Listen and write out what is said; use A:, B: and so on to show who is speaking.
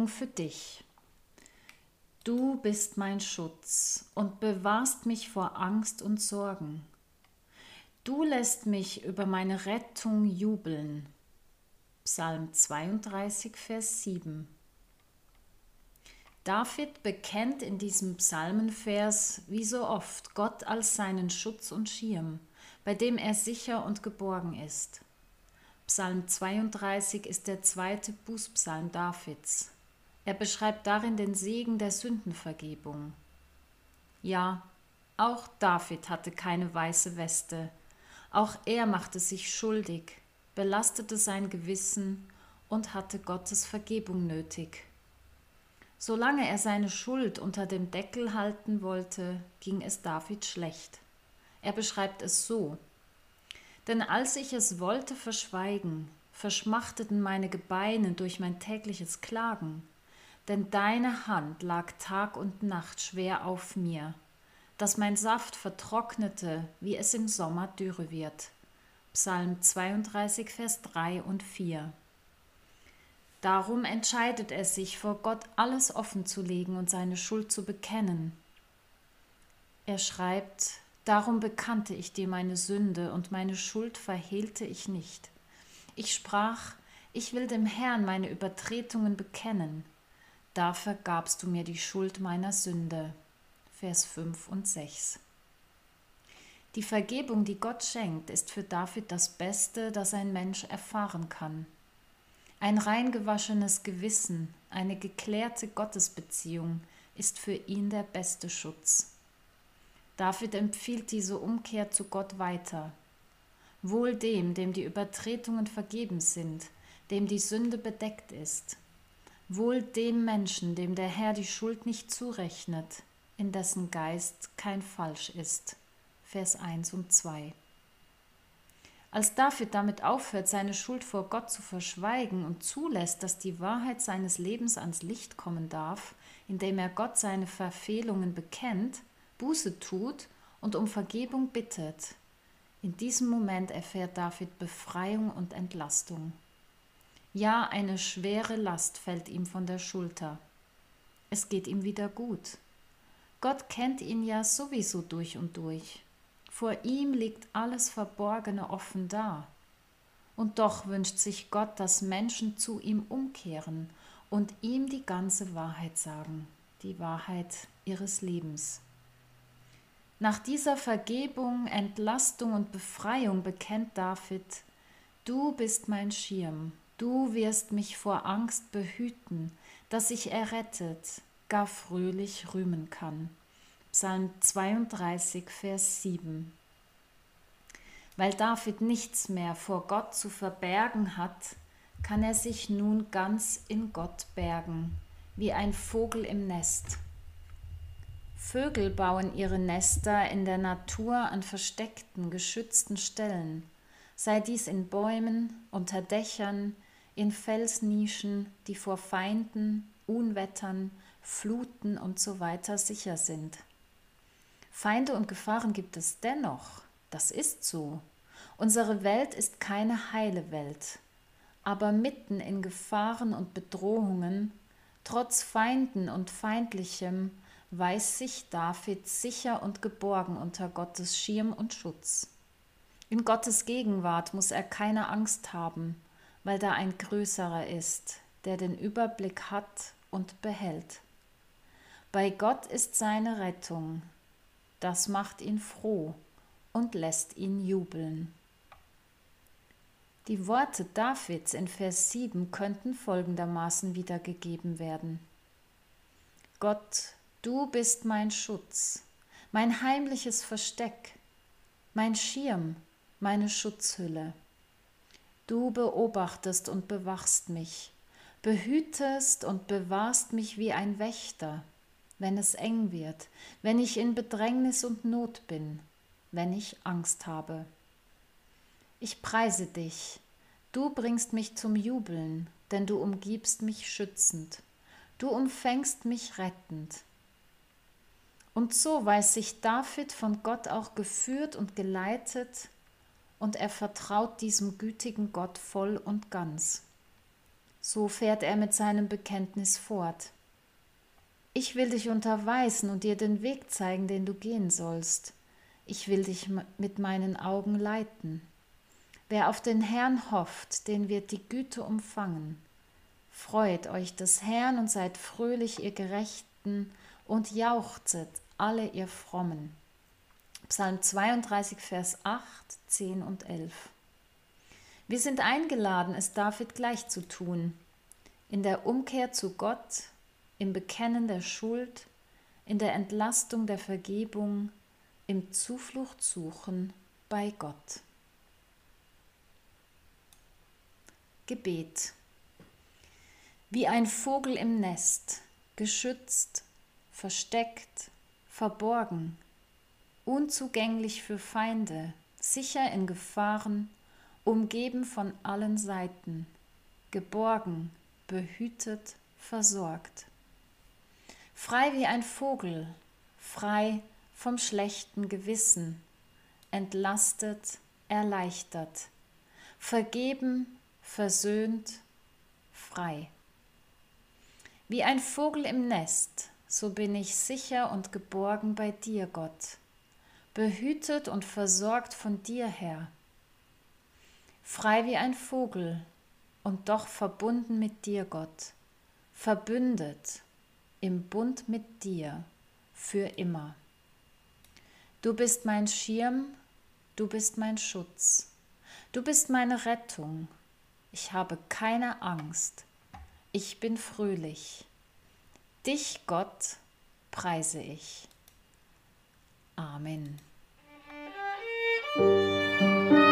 A: Vergebung für dich. Du bist mein Schutz und bewahrst mich vor Angst und Sorgen. Du lässt mich über meine Rettung jubeln. Psalm 32, Vers 7. David bekennt in diesem Psalmenvers wie so oft Gott als seinen Schutz und Schirm, bei dem er sicher und geborgen ist. Psalm 32 ist der zweite Bußpsalm Davids. Er beschreibt darin den Segen der Sündenvergebung. Ja, auch David hatte keine weiße Weste. Auch er machte sich schuldig, belastete sein Gewissen und hatte Gottes Vergebung nötig. Solange er seine Schuld unter dem Deckel halten wollte, ging es David schlecht. Er beschreibt es so: Denn als ich es wollte verschweigen, verschmachteten meine Gebeine durch mein tägliches Klagen. Denn deine Hand lag Tag und Nacht schwer auf mir, dass mein Saft vertrocknete, wie es im Sommer Dürre wird. Psalm 32, Vers 3 und 4. Darum entscheidet er sich, vor Gott alles offen zu legen und seine Schuld zu bekennen. Er schreibt: Darum bekannte ich dir meine Sünde und meine Schuld verhehlte ich nicht. Ich sprach: Ich will dem Herrn meine Übertretungen bekennen. Da vergabst du mir die Schuld meiner Sünde. Vers 5 und 6. Die Vergebung, die Gott schenkt, ist für David das Beste, das ein Mensch erfahren kann. Ein rein gewaschenes Gewissen, eine geklärte Gottesbeziehung ist für ihn der beste Schutz. David empfiehlt diese Umkehr zu Gott weiter. Wohl dem, dem die Übertretungen vergeben sind, dem die Sünde bedeckt ist. Wohl dem Menschen, dem der Herr die Schuld nicht zurechnet, in dessen Geist kein Falsch ist. Vers 1 und 2. Als David damit aufhört, seine Schuld vor Gott zu verschweigen und zulässt, dass die Wahrheit seines Lebens ans Licht kommen darf, indem er Gott seine Verfehlungen bekennt, Buße tut und um Vergebung bittet, in diesem Moment erfährt David Befreiung und Entlastung. Ja, eine schwere Last fällt ihm von der Schulter. Es geht ihm wieder gut. Gott kennt ihn ja sowieso durch und durch. Vor ihm liegt alles Verborgene offen da. Und doch wünscht sich Gott, dass Menschen zu ihm umkehren und ihm die ganze Wahrheit sagen, die Wahrheit ihres Lebens. Nach dieser Vergebung, Entlastung und Befreiung bekennt David: Du bist mein Schirm, du wirst mich vor Angst behüten, dass ich errettet, gar fröhlich rühmen kann. Psalm 32, Vers 7. Weil David nichts mehr vor Gott zu verbergen hat, kann er sich nun ganz in Gott bergen, wie ein Vogel im Nest. Vögel bauen ihre Nester in der Natur an versteckten, geschützten Stellen, sei dies in Bäumen, unter Dächern, in Felsnischen, die vor Feinden, Unwettern, Fluten usw. sicher sind. Feinde und Gefahren gibt es dennoch, das ist so. Unsere Welt ist keine heile Welt, aber mitten in Gefahren und Bedrohungen, trotz Feinden und Feindlichem, weiß sich David sicher und geborgen unter Gottes Schirm und Schutz. In Gottes Gegenwart muss er keine Angst haben, weil da ein Größerer ist, der den Überblick hat und behält. Bei Gott ist seine Rettung, das macht ihn froh und lässt ihn jubeln. Die Worte Davids in Vers 7 könnten folgendermaßen wiedergegeben werden: Gott, du bist mein Schutz, mein heimliches Versteck, mein Schirm, meine Schutzhülle. Du beobachtest und bewachst mich, behütest und bewahrst mich wie ein Wächter, wenn es eng wird, wenn ich in Bedrängnis und Not bin, wenn ich Angst habe. Ich preise dich, du bringst mich zum Jubeln, denn du umgibst mich schützend, du umfängst mich rettend. Und so weiß sich David von Gott auch geführt und geleitet, und er vertraut diesem gütigen Gott voll und ganz. So fährt er mit seinem Bekenntnis fort. Ich will dich unterweisen und dir den Weg zeigen, den du gehen sollst. Ich will dich mit meinen Augen leiten. Wer auf den Herrn hofft, den wird die Güte umfangen. Freut euch des Herrn und seid fröhlich, ihr Gerechten, und jauchzet, alle ihr Frommen. Psalm 32, Vers 8, 10 und 11. Wir sind eingeladen, es David gleich zu tun, in der Umkehr zu Gott, im Bekennen der Schuld, in der Entlastung der Vergebung, im Zuflucht suchen bei Gott. Gebet. Wie ein Vogel im Nest, geschützt, versteckt, verborgen, unzugänglich für Feinde, sicher in Gefahren, umgeben von allen Seiten, geborgen, behütet, versorgt. Frei wie ein Vogel, frei vom schlechten Gewissen, entlastet, erleichtert, vergeben, versöhnt, frei. Wie ein Vogel im Nest, so bin ich sicher und geborgen bei dir, Gott, behütet und versorgt von dir, Herr. Frei wie ein Vogel und doch verbunden mit dir, Gott, verbündet im Bund mit dir für immer. Du bist mein Schirm, du bist mein Schutz, du bist meine Rettung. Ich habe keine Angst, ich bin fröhlich. Dich, Gott, preise ich. Amen.